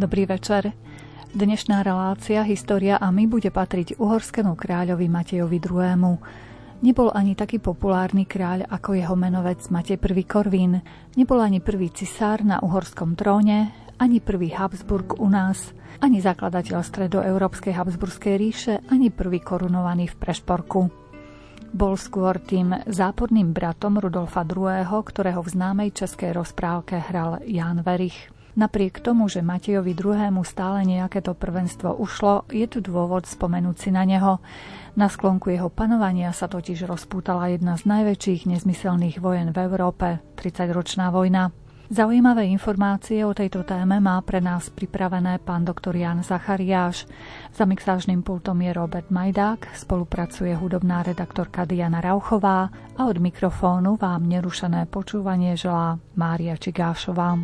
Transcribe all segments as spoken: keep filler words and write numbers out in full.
Dobrý večer. Dnešná relácia História a my bude patriť uhorskému kráľovi Matejovi druhému. Nebol ani taký populárny kráľ ako jeho menovec Matej prvý Korvín. Nebol ani prvý cisár na uhorskom tróne, ani prvý Habsburg u nás, ani zakladateľ stredoeurópskej Habsburskej ríše, ani prvý korunovaný v Prešporku. Bol skôr tým záporným bratom Rudolfa druhého., ktorého v známej českej rozprávke hral Ján Verich. Napriek tomu, že Matejovi druhému stále nejaké to prvenstvo ušlo, je tu dôvod spomenúť si na neho. Na sklonku jeho panovania sa totiž rozpútala jedna z najväčších nezmyselných vojen v Európe, tridsaťročná vojna. Zaujímavé informácie o tejto téme má pre nás pripravené pán doktor Jan Zachariáš. Za mixážnym pultom je Robert Majdák, spolupracuje hudobná redaktorka Diana Rauchová a od mikrofónu vám nerušené počúvanie želá Mária Čigášová.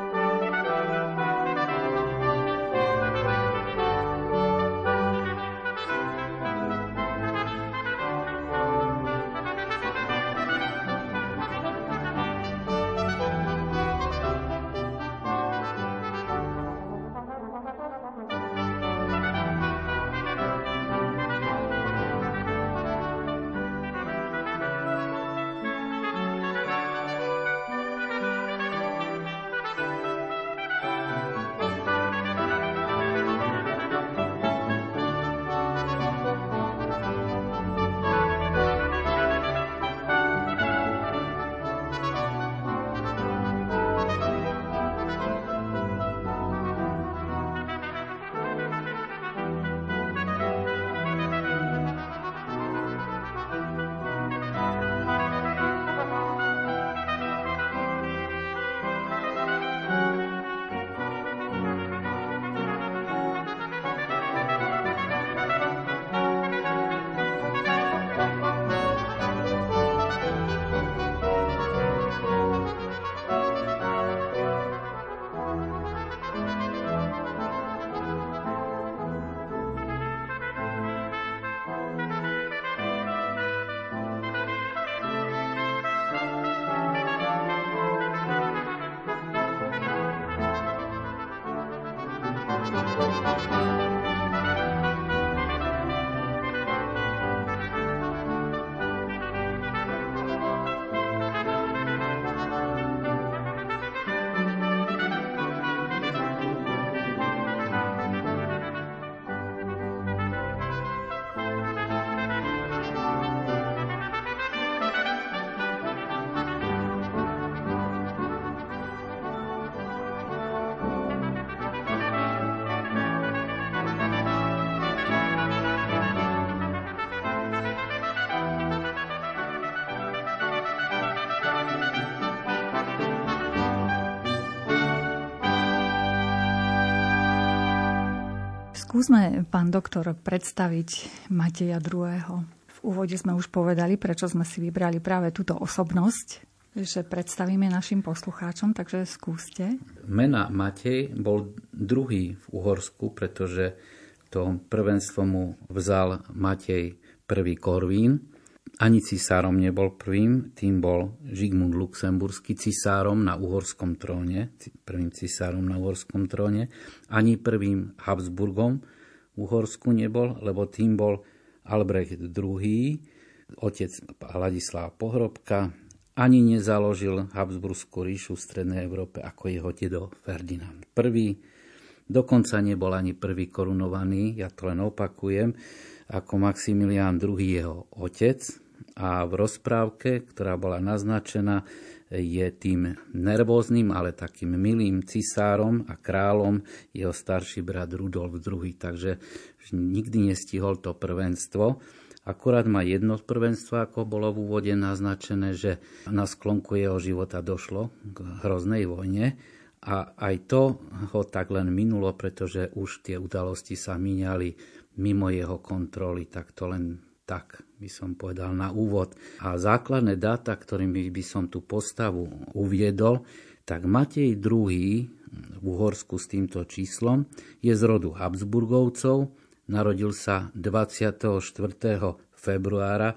Skúsme, pán doktor, predstaviť Mateja druhého. V úvode sme už povedali, prečo sme si vybrali práve túto osobnosť, že predstavíme našim poslucháčom, takže skúste. Mena Matej bol druhý v Uhorsku, pretože to prvenstvo mu vzal Matej prvý Korvín. Ani cisárom nebol prvým, tým bol Žigmund Luxemburský cisárom na uhorskom tróne, prvým cisárom na uhorskom tróne. Ani prvým Habsburgom v Uhorsku nebol, lebo tým bol Albrecht druhý., otec Ladislava Pohrobka. Ani nezaložil Habsburskú ríšu v Strednej Európe ako jeho dedo Ferdinand prvý. Dokonca nebol ani prvý korunovaný, ja to len opakujem, ako Maximilián druhý. jeho otec. A v rozprávke, ktorá bola naznačená, je tým nervóznym, ale takým milým cisárom a kráľom jeho starší brat Rudolf druhý. Takže nikdy nestihol to prvenstvo. Akurát má jedno prvenstvo, ako bolo v úvode naznačené, že na sklonku jeho života došlo k hroznej vojne. A aj to ho tak len minulo, pretože už tie udalosti sa míňali mimo jeho kontroly, tak to len tak by som povedal na úvod. A základné dáta, ktorými by som tú postavu uviedol, tak Matej druhý. v Uhorsku s týmto číslom je z rodu Habsburgovcov, narodil sa dvadsiateho štvrtého februára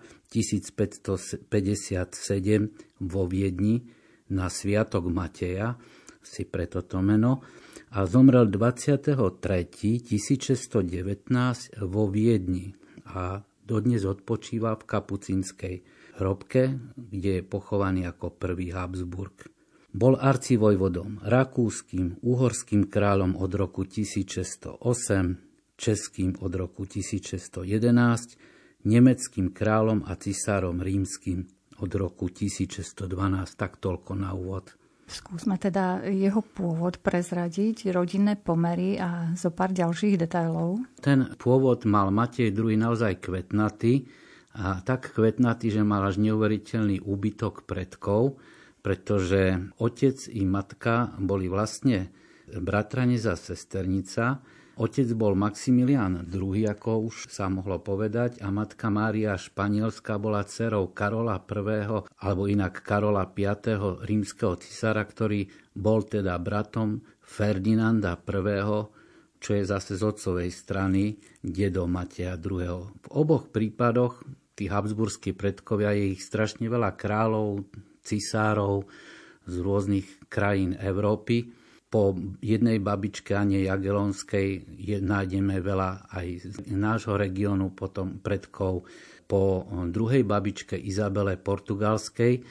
tisícpäťstopäťdesiatsedem vo Viedni na sviatok Mateja, si pre toto meno, a zomrel dvadsiateho tretieho tisícšesťstodevätnásť vo Viedni a dodnes odpočíva v kapucínskej hrobke, kde je pochovaný ako prvý Habsburg. Bol arcivojvodom, rakúskym, uhorským kráľom od roku tisícšesťstoosem, českým od roku tisícšesťstojedenásť, nemeckým kráľom a cisárom rímskym od roku tisícšesťstodvanásť. Tak toľko na úvod. Skúsme teda jeho pôvod prezradiť, rodinné pomery a zo pár ďalších detailov. Ten pôvod mal Matej druhý naozaj kvetnatý, a tak kvetnatý, že mal až neuveriteľný úbytok predkov, pretože otec i matka boli vlastne bratranec a sesternica. Otec bol Maximilián druhý, ako už sa mohlo povedať, a matka Mária Španielská bola dcerou Karola prvého, alebo inak Karola piateho rímskeho cisára, ktorý bol teda bratom Ferdinanda prvého, čo je zase z otcovej strany dedo Mateja druhého. V oboch prípadoch tí habsburskí predkovia, je ich strašne veľa kráľov, cisárov z rôznych krajín Európy. Po jednej babičke Ane Jagelonskej je, nájdeme veľa aj z nášho regiónu, potom predkov. Po druhej babičke Izabele Portugalskej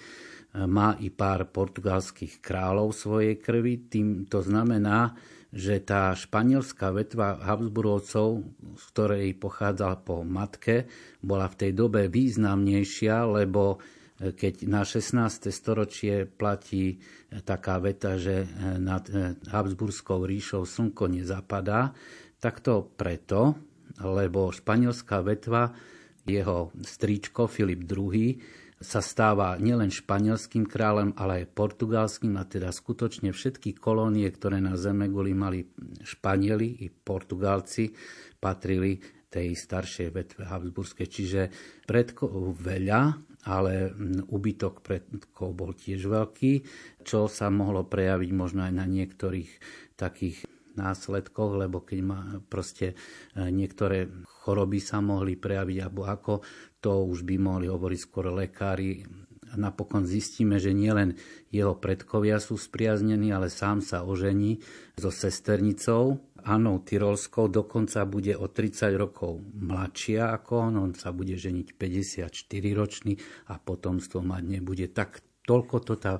má i pár portugalských kráľov svojej krvi. Tým to znamená, že tá španielská vetva Habsburgovcov, z ktorej pochádzal po matke, bola v tej dobe významnejšia, lebo keď na šestnáste storočie platí taká veta, že nad Habsburskou ríšou slnko nezapadá, tak to preto, lebo španielská vetva, jeho strýčko Filip druhý, sa stáva nielen španielským kráľom, ale aj portugalským, a teda skutočne všetky kolónie, ktoré na Zemeguli mali Španieli i Portugálci, patrili tej staršej vetve habsburskej. Čiže predkov veľa, ale úbytok predkov bol tiež veľký, čo sa mohlo prejaviť možno aj na niektorých takých následkoch, lebo keď ma proste niektoré choroby sa mohli prejaviť, alebo ako, to už by mohli hovoriť skôr lekári. Napokon zistíme, že nielen jeho predkovia sú spriaznení, ale sám sa ožení so sesternicou Annou Tyrolskou, dokonca bude o tridsať rokov mladšia ako on, on sa bude ženiť päťdesiatštyriročný a potomstvo mať nebude. Tak toľko to tá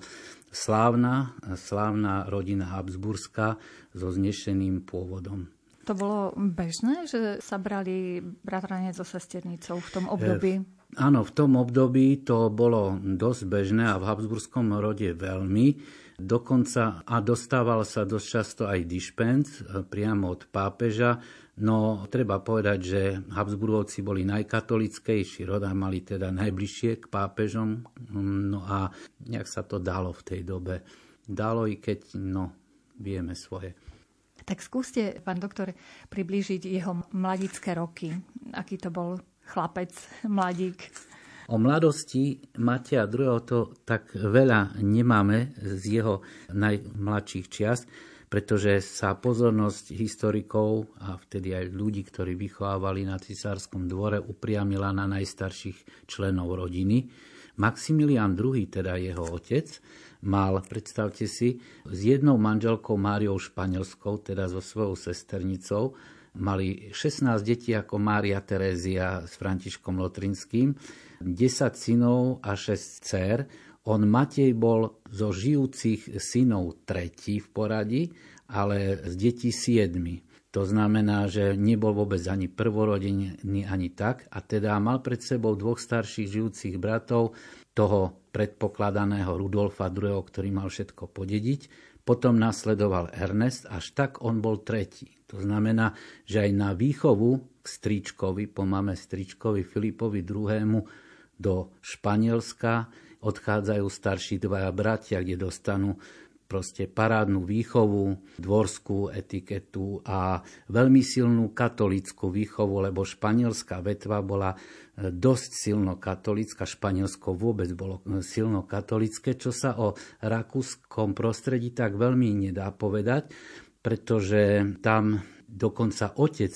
slávna, slávna rodina Habsburská so znešeným pôvodom. To bolo bežné, že sa brali bratranec so sesternicou v tom období? E, áno, v tom období to bolo dosť bežné a v habsburskom rode veľmi. Dokonca a dostával sa dosť často aj dišpenc priamo od pápeža. No treba povedať, že Habsburgovci boli najkatolickejší rod a mali teda najbližšie k pápežom. No a nejak sa to dalo v tej dobe. Dalo, i keď, no, vieme svoje. Tak skúste, pán doktor, priblížiť jeho mladické roky. Aký to bol chlapec, mladík? O mladosti Mateja druhého. to tak veľa nemáme z jeho najmladších čias, pretože sa pozornosť historikov a vtedy aj ľudí, ktorí vychovávali na cisárskom dvore, upriamila na najstarších členov rodiny. Maximilián druhý, teda jeho otec, mal, predstavte si, s jednou manželkou Máriou Španielskou, teda so svojou sesternicou, mali šestnásť detí ako Mária Terézia s Františkom Lotrinským, desať synov a šesť dcér. On Matej bol zo žijúcich synov tretí v poradí, ale z detí siedmy. To znamená, že nebol vôbec ani prvorodený, ani tak. A teda mal pred sebou dvoch starších žijúcich bratov, toho predpokladaného Rudolfa druhého, ktorý mal všetko podediť. Potom nasledoval Ernest, až tak on bol tretí. To znamená, že aj na výchovu k strýčkovi, po mame strýčkovi Filipovi druhému do Španielska odchádzajú starší dvaja bratia, kde dostanú proste parádnu výchovu, dvorskú etiketu a veľmi silnú katolícku výchovu, lebo španielská vetva bola dosť silno katolícka, Španielsko vôbec bolo silno katolícke, čo sa o rakúskom prostredí tak veľmi nedá povedať, pretože tam dokonca otec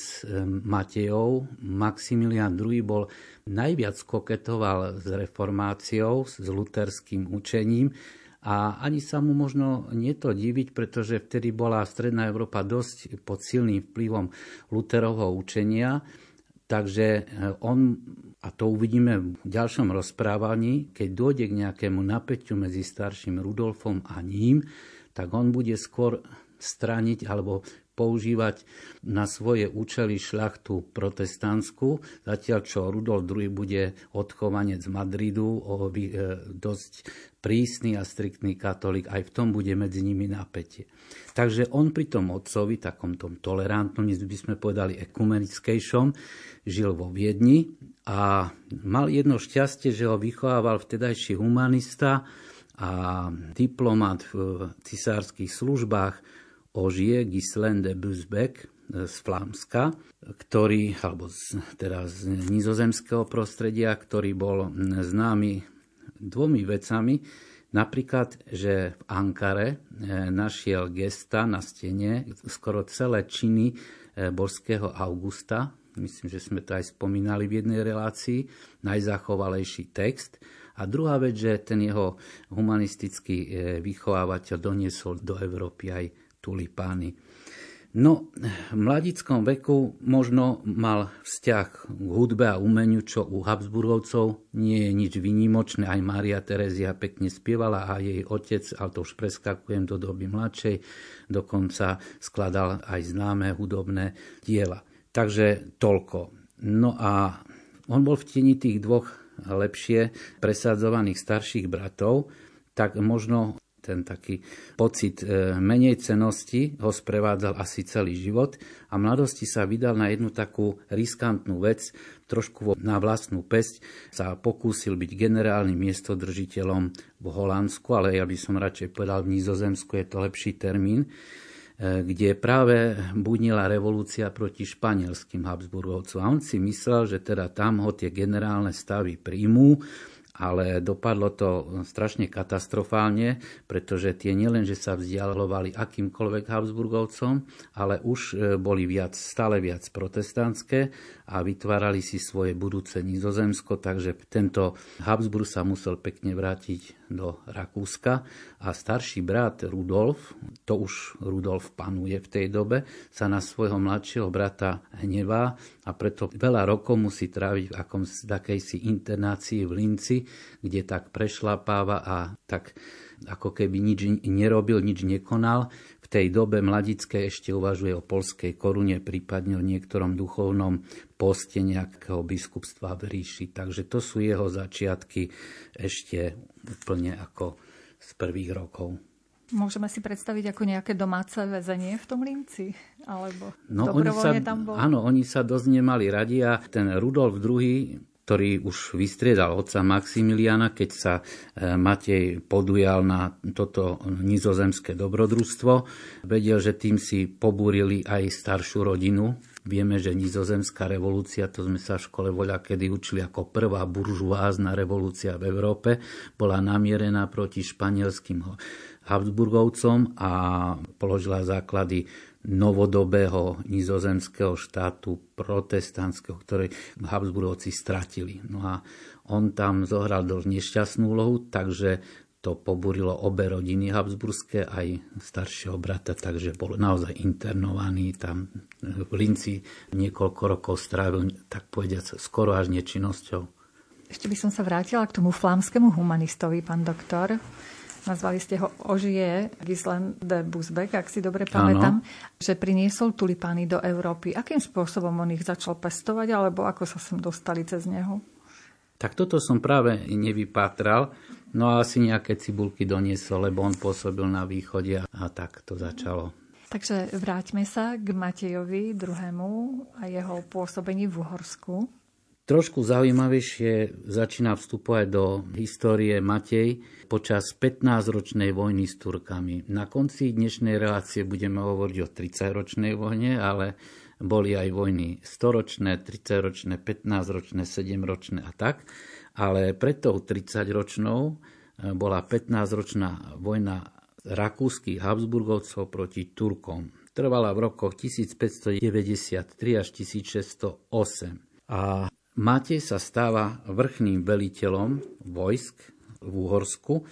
Matejov, Maximilián druhý, bol najviac koketoval s reformáciou, s luterským učením A ani sa mu možno nie to diviť, pretože vtedy bola Stredná Európa dosť pod silným vplyvom Lutherovho učenia, takže on, a to uvidíme v ďalšom rozprávaní, keď dôjde k nejakému napätiu medzi starším Rudolfom a ním, tak on bude skôr straniť alebo používať na svoje účely šľachtu protestantskú, zatiaľ čo Rudolf druhý. Bude odchovanec z Madridu, dosť prísny a striktný katolík, aj v tom bude medzi nimi napätie. Takže on pri tom otcovi, takom tom tolerantnom, by sme povedali ekumenickejšom, žil vo Viedni a mal jedno šťastie, že ho vychovával vtedajší humanista a diplomat v cisárskych službách Ožije Ghislain de Busbecq z Flámska, ktorý, alebo z, teda z nizozemského prostredia, ktorý bol známy dvomi vecami. Napríklad, že v Ankare našiel gesta na stene skoro celé činy božského Augusta. Myslím, že sme to aj spomínali v jednej relácii. Najzachovalejší text. A druhá vec, že ten jeho humanistický vychovávateľ doniesol do Európy aj tulipány. No, v mladickom veku možno mal vzťah k hudbe a umeniu, čo u Habsburgovcov nie je nič výnimočné. Aj Mária Terezia pekne spievala a jej otec, ale to už preskakujem do doby mladšej, dokonca skladal aj známe hudobné diela. Takže toľko. No a on bol v tieni tých dvoch lepšie presadzovaných starších bratov, tak možno ten taký pocit menej cenosti ho sprevádzal asi celý život a v mladosti sa vydal na jednu takú riskantnú vec, trošku na vlastnú päsť sa pokúsil byť generálnym miestodržiteľom v Holandsku, ale ja by som radšej povedal v Nizozemsku, je to lepší termín, kde práve budnila revolúcia proti španielským Habsburgovcom. A on si myslel, že teda tam ho tie generálne stavy príjmú, ale dopadlo to strašne katastrofálne, pretože tie nielen, že sa vzdialovali akýmkoľvek Habsburgovcom, ale už boli viac, stále viac protestantské a vytvárali si svoje budúce Nizozemsko, takže tento Habsburg sa musel pekne vrátiť do Rakúska a starší brat Rudolf, to už Rudolf panuje v tej dobe, sa na svojho mladšieho brata hnevá a preto veľa rokov musí tráviť v akomsi takejsi internácii v Linci, kde tak prešlapáva a tak ako keby nič nerobil, nič nekonal. V tej dobe mladické ešte uvažuje o poľskej korune, prípadne o niektorom duchovnom poste nejakého biskupstva v ríši. Takže to sú jeho začiatky ešte úplne ako z prvých rokov. Môžeme si predstaviť ako nejaké domáce väzenie v tom Linci? Alebo no, dobrovoľne tam bol? Áno, oni sa dosť nemali radi a ten Rudolf druhý., ktorý už vystriedal otca Maximiliána, keď sa Matej podujal na toto nizozemské dobrodružstvo. Vedel, že tým si pobúrili aj staršiu rodinu. Vieme, že nizozemská revolúcia, to sme sa v škole voľakedy učili ako prvá buržoázna revolúcia v Európe, bola namierená proti španielským Habsburgovcom a položila základy novodobého nizozemského štátu protestantského, ktorý Habsburgovci stratili. No a on tam zohral dosť nešťastnú úlohu, takže to pobúrilo obe rodiny habsburské, aj staršieho brata, takže bol naozaj internovaný tam v Linci. Niekoľko rokov strávil, tak povediac, skoro až nečinnosťou. Ešte by som sa vrátila k tomu flámskemu humanistovi, pán doktor. Nazvali ste ho Ožije Ghislain de Busbecq, ak si dobre pamätám, ano. Že priniesol tulipány do Európy. Akým spôsobom on ich začal pestovať, alebo ako sa sem dostali cez neho? Tak toto som práve nevypátral, no a asi nejaké cibulky doniesol, lebo on pôsobil na východe a tak to začalo. Takže vráťme sa k Matejovi druhému a jeho pôsobení v Uhorsku. Trošku zaujímavejšie začína vstupovať do histórie Matej počas pätnásťročnej vojny s Turkami. Na konci dnešnej relácie budeme hovoriť o tridsaťročnej vojne, ale boli aj vojny storočné, tridsaťročné, pätnásťročné, sedemročné a tak. Ale pred tou tridsaťročnou bola pätnásťročná vojna rakúskych Habsburgovcov proti Turkom. Trvala v rokoch tisícpäťstodeväťdesiattri až tisícšesťstoosem. A Matej sa stáva vrchným veliteľom vojsk v Uhorsku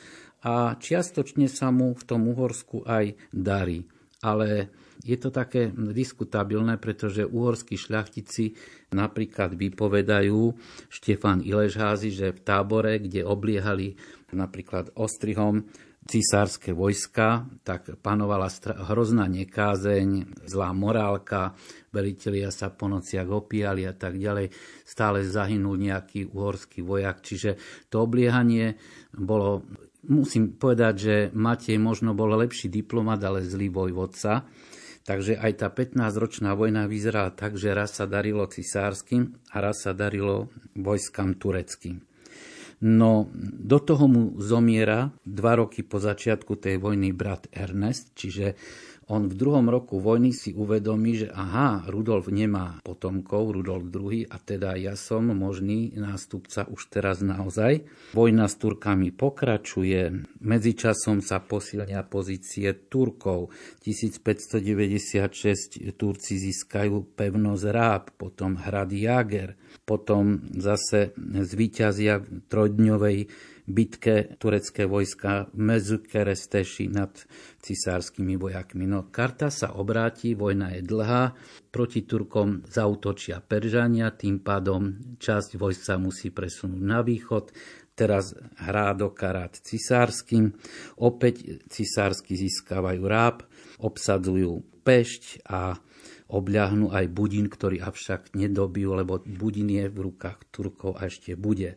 a čiastočne sa mu v tom Uhorsku aj darí. Ale je to také diskutabilné, pretože uhorskí šľachtici napríklad vypovedajú Štefan Iležházy, že v Tábore, kde obliehali napríklad ostrihom cisárske vojska, tak panovala hrozná nekázeň, zlá morálka, velitelia sa po nociach opíjali a tak ďalej. Stále zahynul nejaký uhorský vojak, čiže to obliehanie bolo... Musím povedať, že Matej možno bol lepší diplomat, ale zlý vojvodca. Takže aj tá pätnásťročná vojna vyzerala tak, že raz sa darilo cisárskym a raz sa darilo vojskám tureckým. No do toho mu zomiera dva roky po začiatku tej vojny brat Ernest, čiže on v druhom roku vojny si uvedomí, že aha, Rudolf nemá potomkov, Rudolf druhý, a teda ja som možný nástupca už teraz naozaj. Vojna s Turkami pokračuje, medzičasom sa posilnia pozície Turkov. tisícpäťstodeväťdesiatšesť Turci získajú pevnosť Ráb, potom hrad Jáger, potom zase zvíťazia v trojdňovej bitke turecké vojska v Mezukeresteši nad cisárskymi vojakmi. No, karta sa obráti, vojna je dlhá, proti Turkom zaútočia Peržania, tým pádom časť vojsk sa musí presunúť na východ. Teraz hrá do karát cisárskym, opäť cisársky získavajú Ráb, obsadzujú Pešť a obľahnú aj Budín, ktorý avšak nedobijú, lebo Budín je v rukách Turkov a ešte bude.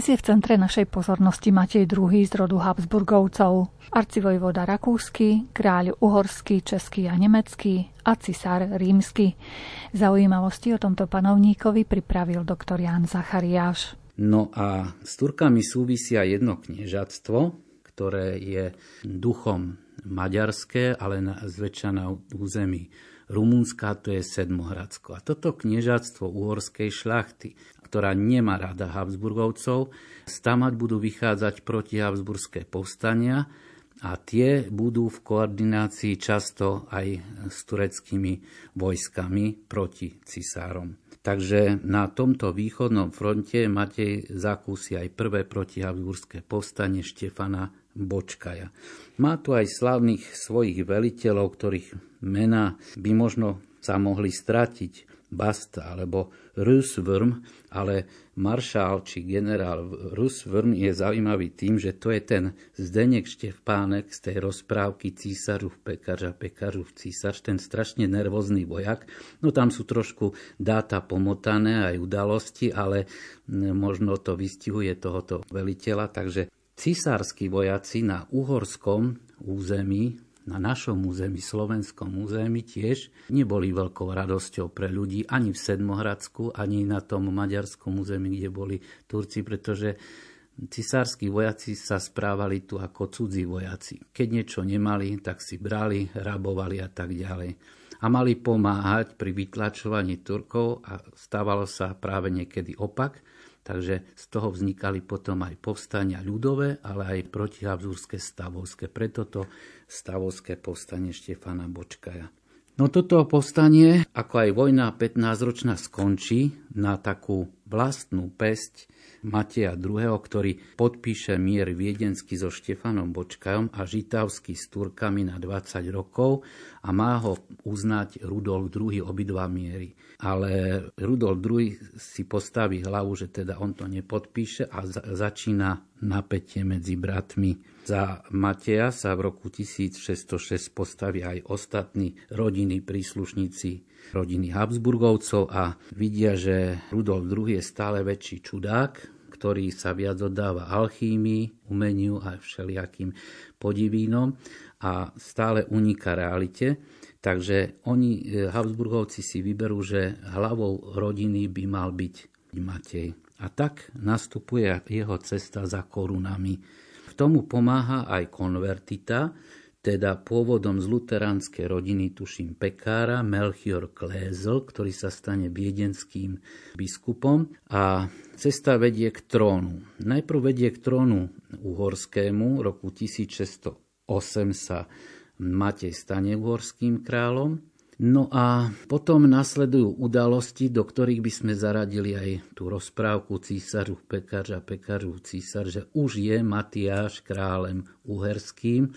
Dnes je v centre našej pozornosti Matej druhý. z rodu Habsburgovcov, arcivojvoda rakúsky, kráľ uhorský, český a nemecký a cisár rímsky. Zaujímavosti o tomto panovníkovi pripravil doktor Ján Zachariáš. No a s Turkami súvisia jedno kniežatstvo, ktoré je duchom maďarské, ale na, zväčša na území Rumunska, to je Sedmohradsko. A toto kniežatstvo uhorskej šľachty, ktorá nemá rada Habsburgovcov, stamať budú vychádzať proti habsburské povstania a tie budú v koordinácii často aj s tureckými vojskami proti cisárom. Takže na tomto východnom fronte Matej zakúsi aj prvé protihabsburské povstanie Štefana Bočkaja. Má tu aj slávnych svojich veliteľov, ktorých mená by možno sa mohli stratiť. Basta alebo Rüsswurm, ale maršál či generál Rüsswurm je zaujímavý tým, že to je ten Zdeněk Štefánek z tej rozprávky Císařův pekař a pekařův císař, ten strašne nervózny vojak. No tam sú trošku dáta pomotané aj udalosti, ale možno to vystihuje tohoto veliteľa, takže cisársky vojaci na uhorskom území, na našom území, slovenskom území tiež neboli veľkou radosťou pre ľudí ani v Sedmohradsku, ani na tom maďarskom území, kde boli Turci, pretože cisársky vojaci sa správali tu ako cudzí vojaci. Keď niečo nemali, tak si brali, rabovali a tak ďalej. A mali pomáhať pri vytlačovaní Turkov a stávalo sa práve niekedy opak. Takže z toho vznikali potom aj povstania ľudové, ale aj protihabsburské stavovské. Preto to stavovské povstanie Štefana Bočkaja. No toto povstanie, ako aj vojna pätnásťročná, skončí na takú vlastnú päsť Mateja druhého., ktorý podpíše mier viedenský so Štefanom Bočkajom a žitavský s Turkami na dvadsať rokov a má ho uznať Rudolf druhý. obidva miery. Ale Rudolf druhý. si postaví hlavu, že teda on to nepodpíše a za- začína napätie medzi bratmi. Za Mateja sa v roku tisícšesťstošesť postavia aj ostatní rodinní príslušníci rodiny Habsburgovcov a vidia, že Rudolf druhý. je stále väčší čudák, ktorý sa viac oddáva alchýmii, umeniu a všelijakým podivínom a stále uniká realite. Takže oni, Habsburgovci, si vyberú, že hlavou rodiny by mal byť Matej. A tak nastupuje jeho cesta za korunami. K tomu pomáha aj konvertita, teda pôvodom z luteránskej rodiny, tuším pekára, Melchior Klézl, ktorý sa stane viedenským biskupom a cesta vedie k trónu. Najprv vedie k trónu uhorskému, roku tisícšesťstoosem sa Matej stane uhorským kráľom. No a potom nasledujú udalosti, do ktorých by sme zaradili aj tú rozprávku Císařův pekař a pekařův císar, že už je Matiáš kráľem uherským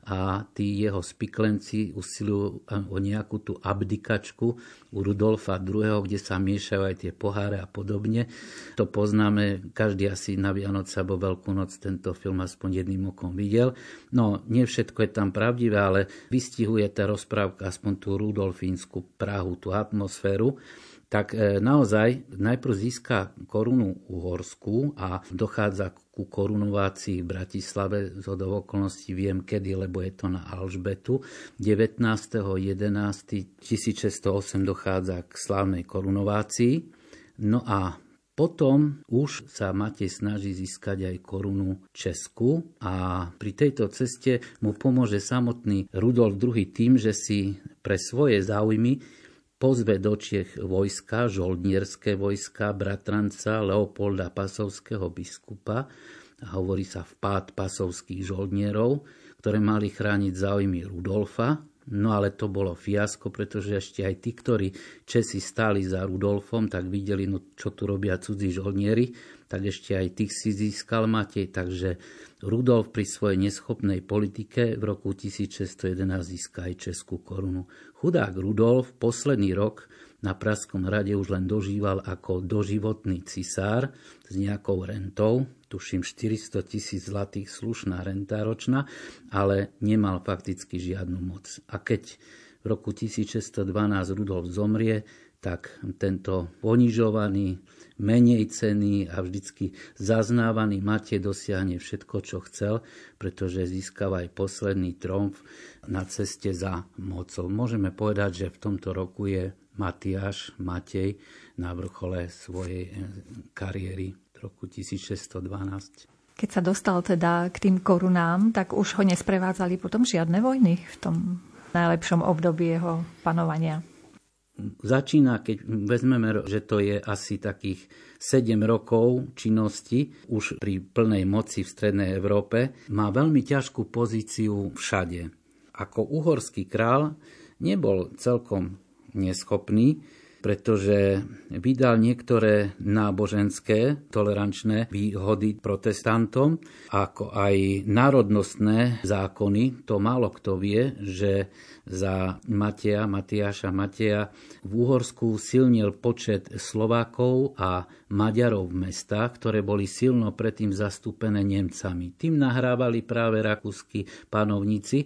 a tí jeho spiklenci usilujú o nejakú tú abdikačku u Rudolfa druhého., kde sa miešajú aj tie poháre a podobne. To poznáme, každý asi na Vianoce alebo Veľkú noc tento film aspoň jedným okom videl. No, nie všetko je tam pravdivé, ale vystihuje tá rozprávka aspoň tú rudolfínsku Prahu, tú atmosféru. Tak naozaj najprv získa korunu uhorskú a dochádza ku korunovácii v Bratislave. Zhodou okolností viem kedy, lebo je to na Alžbetu. devätnásteho jedenásteho tisícšesťstoosem dochádza k slávnej korunovácii. No a potom už sa Matej snaží získať aj korunu Česku a pri tejto ceste mu pomôže samotný Rudolf druhý. tým, že si pre svoje záujmy pozve do Čiech vojska, žoldnierské vojska, bratranca Leopolda Pasovského biskupa, a hovorí sa vpád pasovských žoldnierov, ktoré mali chrániť záujmy Rudolfa. No ale to bolo fiasko, pretože ešte aj tí, ktorí Česi stáli za Rudolfom, tak videli, no čo tu robia cudzí žoldnieri, tak ešte aj tých si získal Matej. Takže Rudolf pri svojej neschopnej politike v roku tisícšesťstojedenásť získa aj českú korunu. Chudák Rudolf posledný rok na Pražskom hrade už len dožíval ako doživotný cisár s nejakou rentou, tuším štyristo tisíc zlatých, slušná renta ročná, ale nemal fakticky žiadnu moc. A keď v roku tisícšesťstodvanásť Rudolf zomrie, tak tento ponižovaný, menej cenný a vždycky zaznávaný Matej dosiahne všetko, čo chcel, pretože získava aj posledný tromf na ceste za mocou. Môžeme povedať, že v tomto roku je Matiáš, Matej na vrchole svojej kariéry v roku tisícšesťstodvanásť. Keď sa dostal teda k tým korunám, tak už ho nesprevádzali potom žiadne vojny v tom najlepšom období jeho panovania. Začína, keď vezmeme, že to je asi takých sedem rokov činnosti, už pri plnej moci v strednej Európe, má veľmi ťažkú pozíciu všade. Ako uhorský král nebol celkom neschopný, pretože vydal niektoré náboženské, tolerančné výhody protestantom, ako aj národnostné zákony. To málo kto vie, že za Mateja, Matiáša Mateja v Uhorsku silnil počet Slovákov a Maďarov v mestách, ktoré boli silno predtým zastúpené Nemcami. Tým nahrávali práve rakúski panovníci.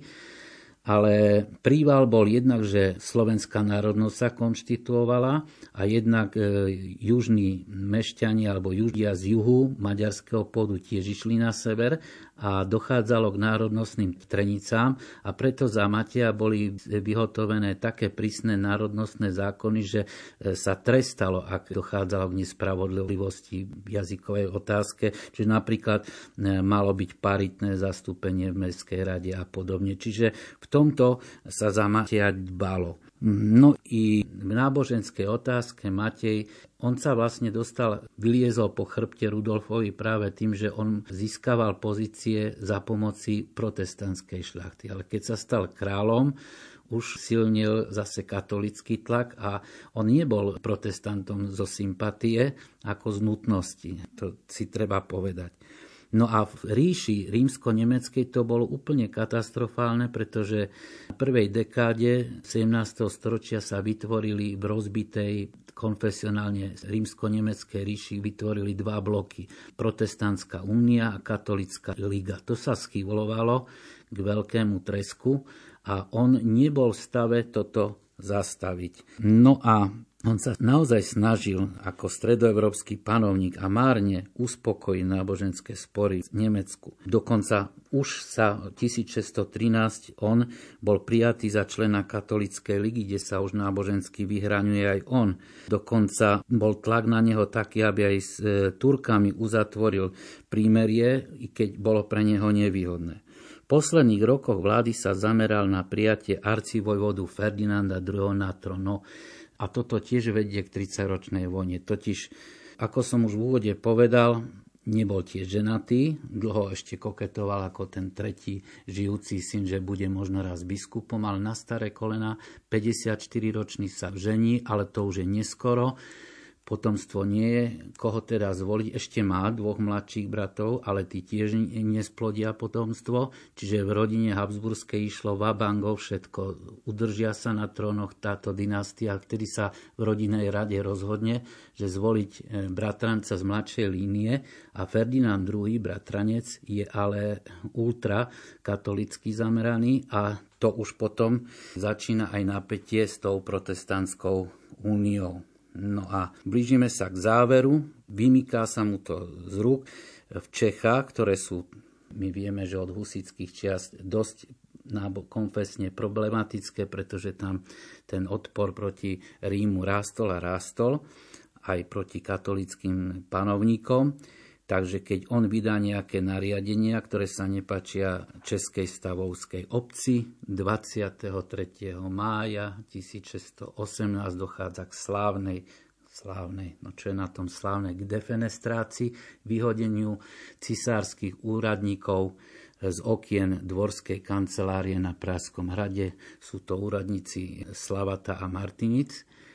Ale príval bol jednak, že slovenská národnosť sa konštituovala a jednak e, južní mešťania alebo juždia z juhu maďarského pôdu tiež išli na sever a dochádzalo k národnostným trenicám a preto za Mateja boli vyhotovené také prísne národnostné zákony, že sa trestalo, ak dochádzalo k nespravodlivosti v jazykovej otázke, čiže napríklad malo byť paritné zastúpenie v mestskej rade a podobne. Čiže v tomto sa za Mateja dbalo. No i v náboženskej otázke Matej, on sa vlastne dostal, vyliezol po chrbte Rudolfovi práve tým, že on získaval pozície za pomoci protestantskej šľachty. Ale keď sa stal kráľom, už silnil zase katolický tlak a on nebol protestantom zo sympatie, ako z nutnosti. To si treba povedať. No a v ríši rímsko-nemeckej to bolo úplne katastrofálne, pretože v prvej dekáde sedemnásteho storočia sa vytvorili v rozbitej konfesionálne rímsko-nemeckej ríši vytvorili dva bloky. Protestantská únia a katolická liga. To sa schyvolovalo k veľkému tresku a on nebol v stave toto zastaviť. No a on sa naozaj snažil ako stredoevropský panovník a márne uspokojiť náboženské spory v Nemecku. Dokonca už sa tisícšesťstotrinásť on bol prijatý za člena katolíckej ligy, kde sa už nábožensky vyhraňuje aj on. Dokonca bol tlak na neho taký, aby aj s Turkami uzatvoril prímerie, i keď bolo pre neho nevýhodné. V posledných rokoch vlády sa zameral na prijatie arcivojvodu Ferdinanda druhého. na trón. No, a toto tiež vedie k tridsaťročnej vojne. Totiž, ako som už v úvode povedal, nebol tiež ženatý, dlho ešte koketoval ako ten tretí žijúci syn, že bude možno raz biskupom, ale na staré kolena päťdesiatštyriročný sa žení, ale to už je neskoro. Potomstvo nie je, koho teda zvoliť. Ešte má dvoch mladších bratov, ale tí tiež nesplodia potomstvo. Čiže v rodine Habsburskej išlo vabango všetko. Udržia sa na trónoch táto dynastia. Vtedy sa v rodinnej rade rozhodne, že zvoliť bratranca z mladšej línie a Ferdinand druhý. bratranec je ale ultra katolicky zameraný a to už potom začína aj napätie s tou protestantskou úniou. No a blížime sa k záveru, vymyká sa mu to z rúk. V Čechách, ktoré sú, my vieme, že od husitských čiast dosť konfesne problematické, pretože tam ten odpor proti Rímu rástol a rástol, aj proti katolíckym panovníkom. Takže keď on vydá nejaké nariadenia, ktoré sa nepáčia Českej stavovskej obci, dvadsiateho tretieho mája tisícšesťstoosemnásť dochádza k slávnej, slávnej, no čo je na tom slávnej, k defenestrácii, vyhodeniu cisárskych úradníkov z okien dvorskej kancelárie na Pražskom hrade. Sú to úradníci Slavata a Martinic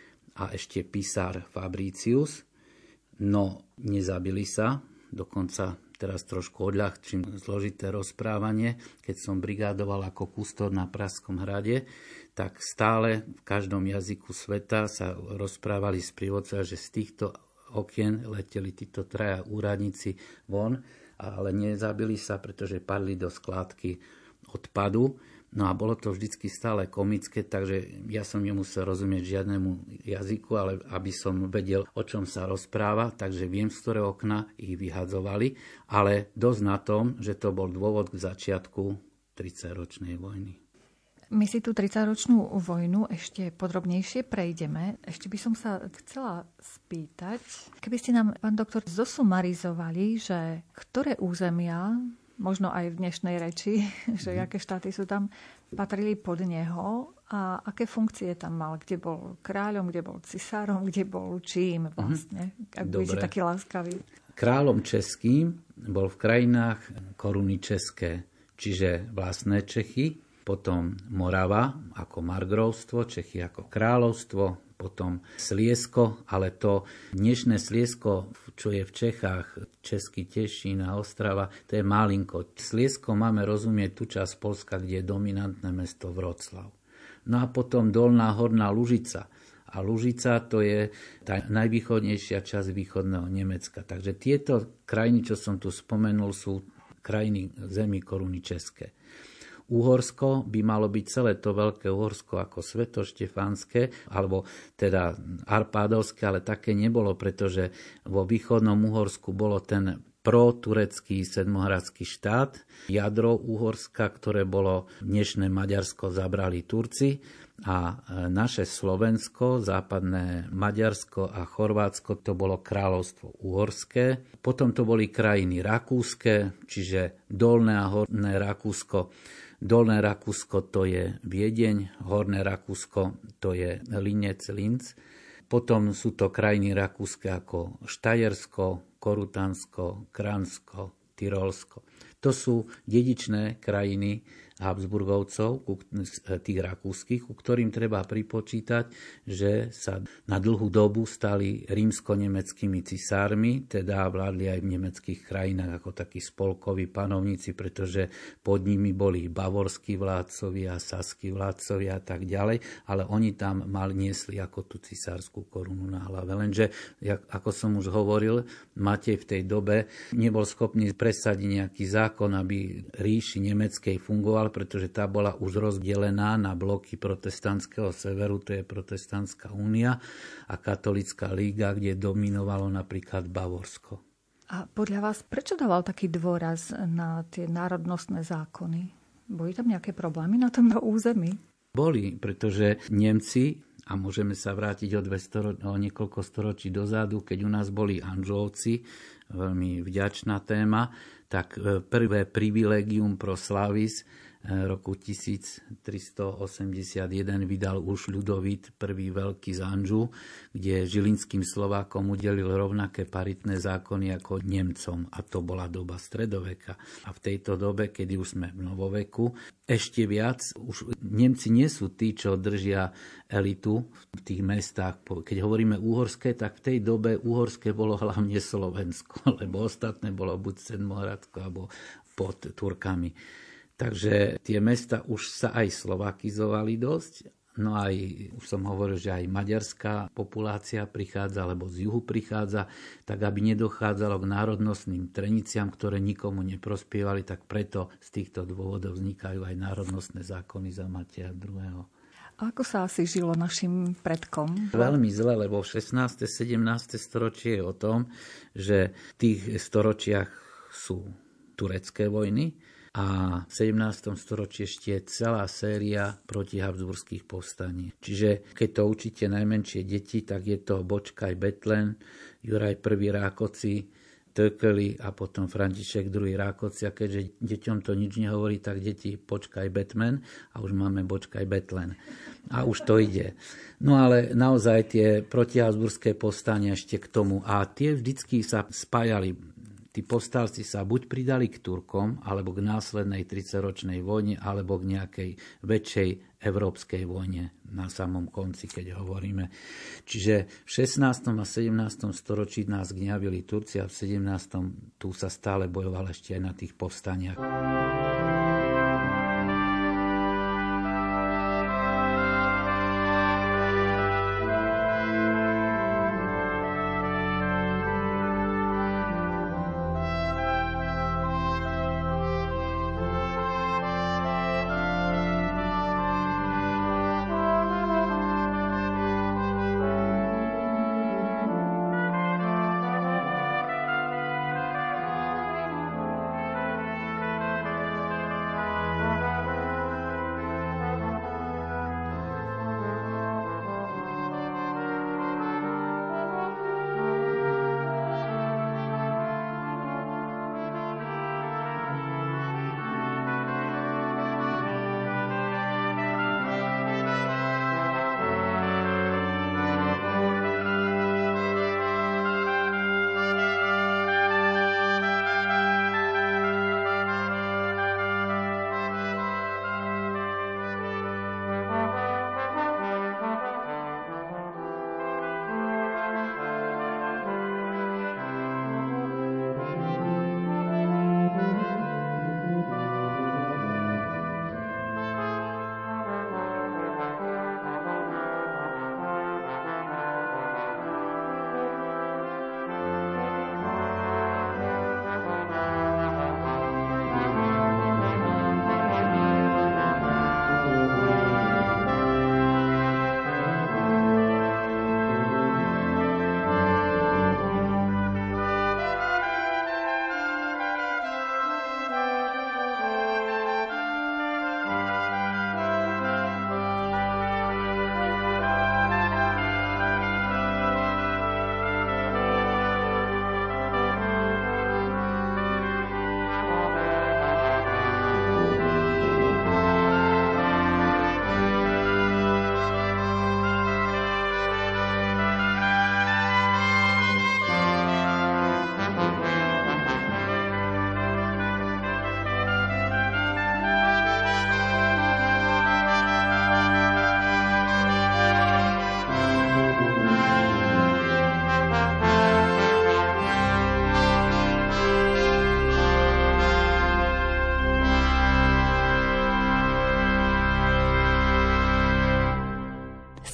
a ešte písár Fabricius. No, nezabili sa. Dokonca teraz trošku odľahčím zložité rozprávanie. Keď som brigádoval ako kustód na Pražskom hrade, tak stále v každom jazyku sveta sa rozprávali s prívodcami, že z týchto okien leteli títo traja úradníci von, ale nezabili sa, pretože padli do skládky odpadu. No a bolo to vždycky stále komické, takže ja som nemusel rozumieť žiadnemu jazyku, ale aby som vedel, o čom sa rozpráva, takže viem, z ktorého okna ich vyhadzovali, ale dosť na tom, že to bol dôvod k začiatku tridsaťročnej vojny. My si tú tridsaťročnú vojnu ešte podrobnejšie prejdeme. Ešte by som sa chcela spýtať, keby ste nám, pán doktor, zosumarizovali, že ktoré územia, možno aj v dnešnej reči, že aké štáty sú tam, patrili pod neho a aké funkcie tam mal, kde bol kráľom, kde bol cisárom, kde bol čím vlastne, ak budete taký láskavý. Kráľom českým bol v krajinách koruny české, čiže vlastné Čechy, potom Morava ako margrovstvo, Čechy ako kráľovstvo, potom Sliesko, ale to dnešné Sliesko, čo je v Čechách, Český Tešín a Ostrava, to je malinko. Sliesko máme rozumieť tú časť Polska, kde je dominantné mesto Vroclav. No a potom Dolná Horná Lužica. A Lužica to je tá najvýchodnejšia časť východného Nemecka. Takže tieto krajiny, čo som tu spomenul, sú krajiny zemi koruny české. Uhorsko by malo byť celé to veľké Uhorsko ako svetoštefánske, alebo teda arpádovské, ale také nebolo, pretože vo východnom Uhorsku bolo ten proturecký sedmohradský štát, jadro Uhorska, ktoré bolo dnešné Maďarsko, zabrali Turci a naše Slovensko, západné Maďarsko a Chorvátsko to bolo kráľovstvo uhorské. Potom to boli krajiny rakúske, čiže Dolné a Horné Rakúsko. Dolné Rakúsko to je Viedeň, Horné Rakúsko to je Linec, Linz. Potom sú to krajiny rakúske ako Štajersko, Korutansko, Kransko, Tyrolsko. To sú dedičné krajiny Habsburgovcov, tých rakúskych, ku ktorým treba pripočítať, že sa na dlhú dobu stali rímsko-nemeckými cisármi, teda vládli aj v nemeckých krajinách ako takí spolkoví panovníci, pretože pod nimi boli bavorskí vládcovia, saskí vládcovia a tak ďalej, ale oni tam mali, niesli ako tú cisárskú korunu na hlave. Lenže, ako som už hovoril, Matej v tej dobe nebol schopný presadiť nejaký zákon, aby ríši nemeckej fungoval, pretože tá bola už rozdelená na bloky protestantského severu, to je Protestantská únia a Katolická líga, kde dominovalo napríklad Bavorsko. A podľa vás, prečo dával taký dôraz na tie národnostné zákony? Boli tam nejaké problémy na tom území? Boli, pretože Nemci, a môžeme sa vrátiť o, dvesto, o niekoľko storočí dozadu, keď u nás boli Anžovci, veľmi vďačná téma, tak prvé privilegium pro Slavis roku tisíctristoosemdesiatjeden vydal už Ľudovít prvý veľký z Anžu, kde žilinským Slovákom udelil rovnaké paritné zákony ako Nemcom. A to bola doba stredoveka. A v tejto dobe, kedy už sme v novoveku, ešte viac, už Nemci nie sú tí, čo držia elitu v tých mestách. Keď hovoríme uhorské, tak v tej dobe uhorské bolo hlavne Slovensko, lebo ostatné bolo buď Sedmohradsko, alebo pod Turkami. Takže tie mesta už sa aj slovakizovali dosť, no aj, už som hovoril, že aj maďarská populácia prichádza, alebo z juhu prichádza, tak aby nedochádzalo k národnostným treniciam, ktoré nikomu neprospievali, tak preto z týchto dôvodov vznikajú aj národnostné zákony za Mateja druhého. A ako sa asi žilo našim predkom? Veľmi zle, lebo v šestnáste sedemnáste storočie je o tom, že v tých storočiach sú turecké vojny, a v sedemnástom storočí ešte je celá séria protihabsburských povstaní. Čiže keď to učíte najmenšie deti, tak je to Bočkaj Betlen, Juraj prvý Rákoci, Tökeli a potom František druhý Rákoci. A keďže deťom to nič nehovorí, tak deti počkaj Batman a už máme Bočkaj Betlen. A už to ide. No ale naozaj tie protihabsburské povstania ešte k tomu. A tie vždycky sa spájali. Tí povstalci sa buď pridali k Turkom, alebo k následnej tridsaťročnej vojne, alebo k nejakej väčšej európskej vojne na samom konci, keď hovoríme. Čiže v šestnástom a sedemnástom storočí nás gňavili Turci a v sedemnástom tu sa stále bojoval ešte aj na tých povstaniach.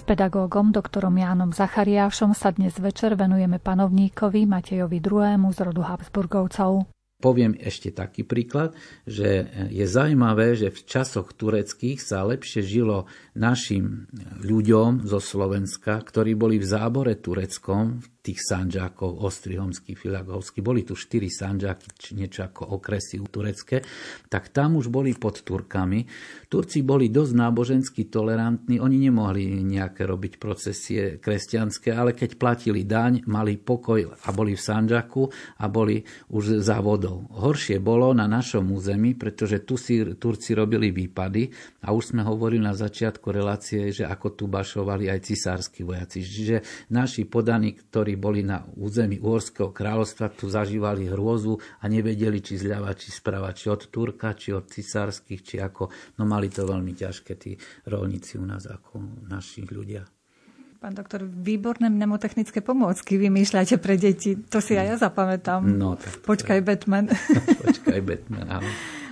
pedagógom doktorom Jánom Zachariášom sa dnes večer venujeme panovníkovi Matejovi druhému z rodu Habsburgovcov. Poviem ešte taký príklad, že je zaujímavé, že v časoch tureckých sa lepšie žilo našim ľuďom zo Slovenska, ktorí boli v zábore tureckom, v tých sanžákov, Ostrihomský, Filagovský, boli tu štyri sanžáky, či niečo ako okresy turecké, tak tam už boli pod Turkami. Turci boli dosť nábožensky tolerantní, oni nemohli nejaké robiť procesie kresťanské, ale keď platili daň, mali pokoj a boli v sanžaku a boli už za vodou. Horšie bolo na našom území, pretože tu si Turci robili výpady a už sme hovorili na začiatku relácie, že ako tu bašovali aj cisársky vojaci. Čiže naši podaní, ktorí boli na území Uhorského kráľovstva, tu zažívali hrôzu a nevedeli, či zľava, či sprava, či od Turka, či od cisárskych, či ako. No mali to veľmi ťažké tí rolníci u nás ako naši ľudia. Pán doktor, výborné mnemotechnické pomôcky vymýšľate pre deti. To si aj ja zapamätám. No, tak Počkaj, Batman. Počkaj, Batman, áno.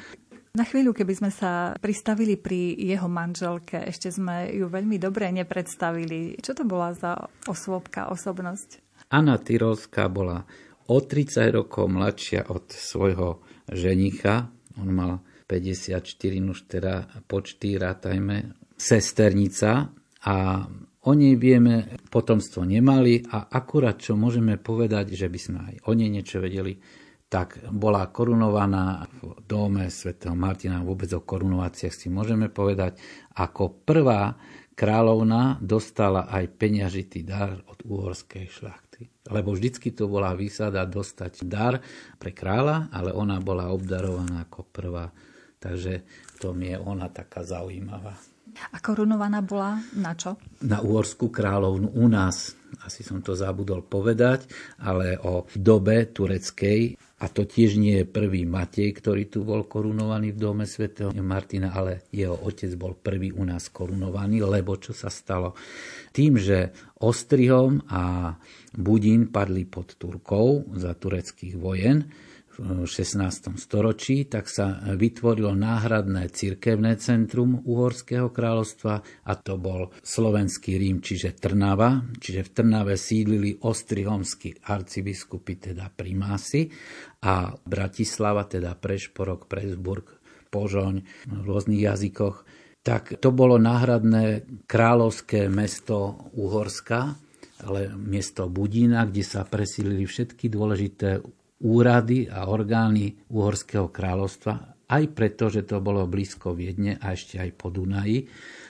Na chvíľu, keby sme sa pristavili pri jeho manželke, ešte sme ju veľmi dobre nepredstavili. Čo to bola za osôbka, osobnosť? Anna Tyrolská bola o tridsať rokov mladšia od svojho ženicha. On mal päťdesiatštyri, už teda počty rátajme, sesternica, a o nej vieme, potomstvo nemali a akurát čo môžeme povedať, že by sme aj o nej niečo vedeli, tak bola korunovaná v dome svätého Martina. Vôbec o korunováciách si môžeme povedať, ako prvá kráľovna dostala aj peňažitý dar od uhorskej šľachty. Lebo vždycky to bola výsada dostať dar pre kráľa, ale ona bola obdarovaná ako prvá. Takže to mi je ona taká zaujímavá. A korunovaná bola na čo? Na uhorskú kráľovnu u nás. Asi som to zabudol povedať, ale o dobe tureckej. A to tiež nie je prvý Matej, ktorý tu bol korunovaný v dome svätého Martina, ale jeho otec bol prvý u nás korunovaný, lebo čo sa stalo? Tým, že Ostrihom a Budín padli pod Turkov za tureckých vojen v šestnástom storočí, tak sa vytvorilo náhradné cirkevné centrum Uhorského kráľovstva a to bol slovenský Rím, čiže Trnava. Čiže v Trnave sídlili ostrihomskí arcibiskupy, teda primási, a Bratislava, teda Prešporok, Presburg, Požoň v rôznych jazykoch. Tak to bolo náhradné kráľovské mesto Uhorska, ale miesto Budína, kde sa presídlili všetky dôležité úrady a orgány Uhorského kráľovstva, aj preto, že to bolo blízko Viedne a ešte aj po Dunaji.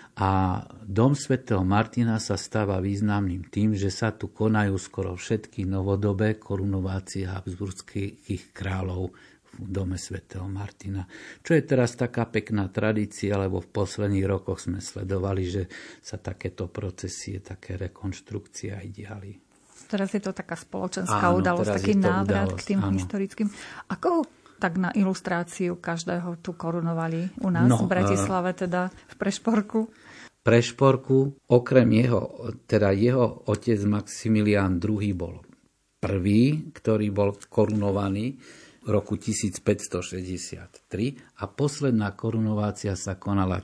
A dom svätého Martina sa stáva významným tým, že sa tu konajú skoro všetky novodobé korunovácie habsburských kráľov v dome svätého Martina. Čo je teraz taká pekná tradícia, lebo v posledných rokoch sme sledovali, že sa takéto procesie, také rekonštrukcie aj diali. Teraz je to taká spoločenská áno, udalosť, taký návrat udalosť, k tým áno. historickým. Ako tak na ilustráciu každého tu korunovali u nás no, v Bratislave, teda v Prešporku? Prešporku, okrem jeho, teda jeho otec Maximilián druhý. bol prvý, ktorý bol korunovaný v roku tisícpäťstošesťdesiattri a posledná korunovácia sa konala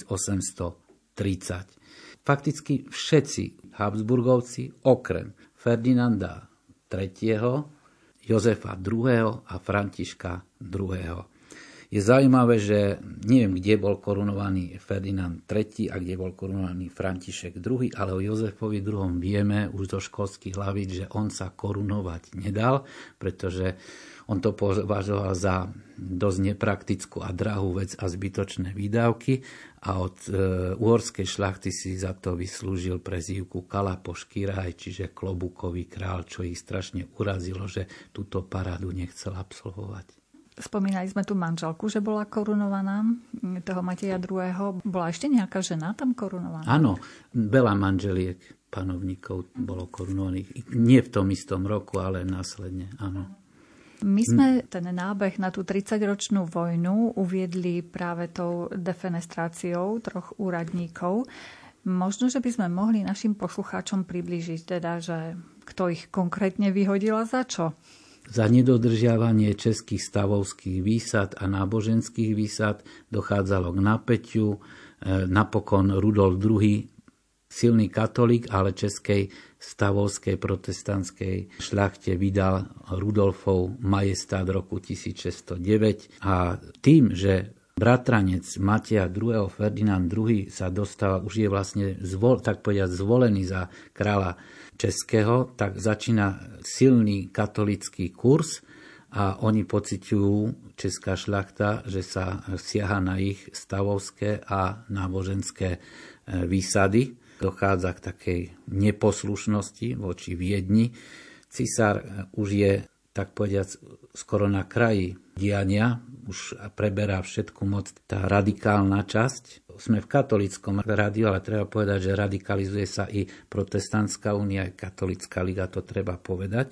tisícosemstotridsať. Fakticky všetci Habsburgovci, okrem Ferdinanda tretieho., Jozefa druhého. a Františka druhého. Je zaujímavé, že neviem, kde bol korunovaný Ferdinand tretí. a kde bol korunovaný František druhý., ale o Jozefovi druhom. vieme už zo školských hlavíc, že on sa korunovať nedal, pretože on to považoval za dosť nepraktickú a drahú vec a zbytočné výdavky a od e, uhorskej šľachty si za to vyslúžil prezývku Kalapoškiraj, čiže klobúkový král, čo ich strašne urazilo, že túto parádu nechcel absolvovať. Spomínali sme tu manželku, že bola korunovaná, toho Mateja druhého. Bola ešte nejaká žena tam korunovaná? Áno, veľa manželiek panovníkov bolo korunovaných. Nie v tom istom roku, ale následne, áno. My sme ten nábeh na tú tridsaťročnú vojnu uviedli práve tou defenestráciou troch úradníkov. Možno, že by sme mohli našim poslucháčom priblížiť, teda, že kto ich konkrétne vyhodil a za čo? Za nedodržiavanie českých stavovských výsad a náboženských výsad dochádzalo k napätiu. Napokon Rudolf druhý. silný katolík, ale českej stavovskej protestantskej šľachte vydal Rudolfov majestát roku tisícšesťstodeväť a tým, že bratranec Mateja druhého. Ferdinand druhý. sa dostáva, už je vlastne zvol, tak povedať zvolený za kráľa českého, tak začína silný katolický kurz a oni pociťujú, česká šľachta, že sa siaha na ich stavovské a náboženské výsady. Dochádza k takej neposlušnosti voči Viedni. Cisár už je, tak povediac, skoro na kraji diania, už preberá všetku moc tá radikálna časť. Sme v katolíckom rádiu, ale treba povedať, že radikalizuje sa i protestantská únia, aj katolická liga, to treba povedať.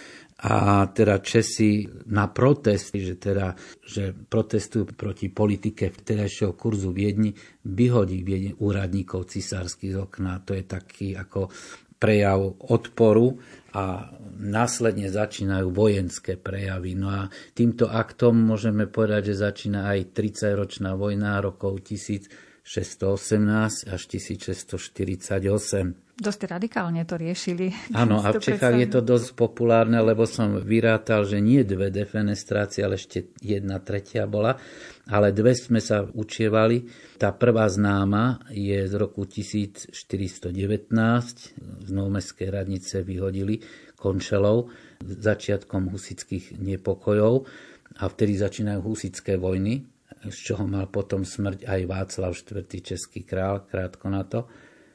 A teda Česi na protest, že, teda, že protestujú proti politike vtedajšieho kurzu Viedni, vyhodí Viedni úradníkov cisárskych z okna. To je taký ako prejav odporu a následne začínajú vojenské prejavy. No a týmto aktom môžeme povedať, že začína aj tridsaťročná vojna rokov tisícšesťstoosemnásť až tisícšesťstoštyridsaťosem. Dosť radikálne to riešili. Áno, a v Čechách je to dosť populárne, lebo som vyrátal, že nie dve defenestrácie, ale ešte jedna tretia bola, ale dve sme sa učievali. Tá prvá známa je z roku tisícštyristodevätnásť. Z Novomestskej radnice vyhodili končelov začiatkom husitských nepokojov a vtedy začínajú husitské vojny, z čoho mal potom smrť aj Václav štvrtý. Český král, krátko na to.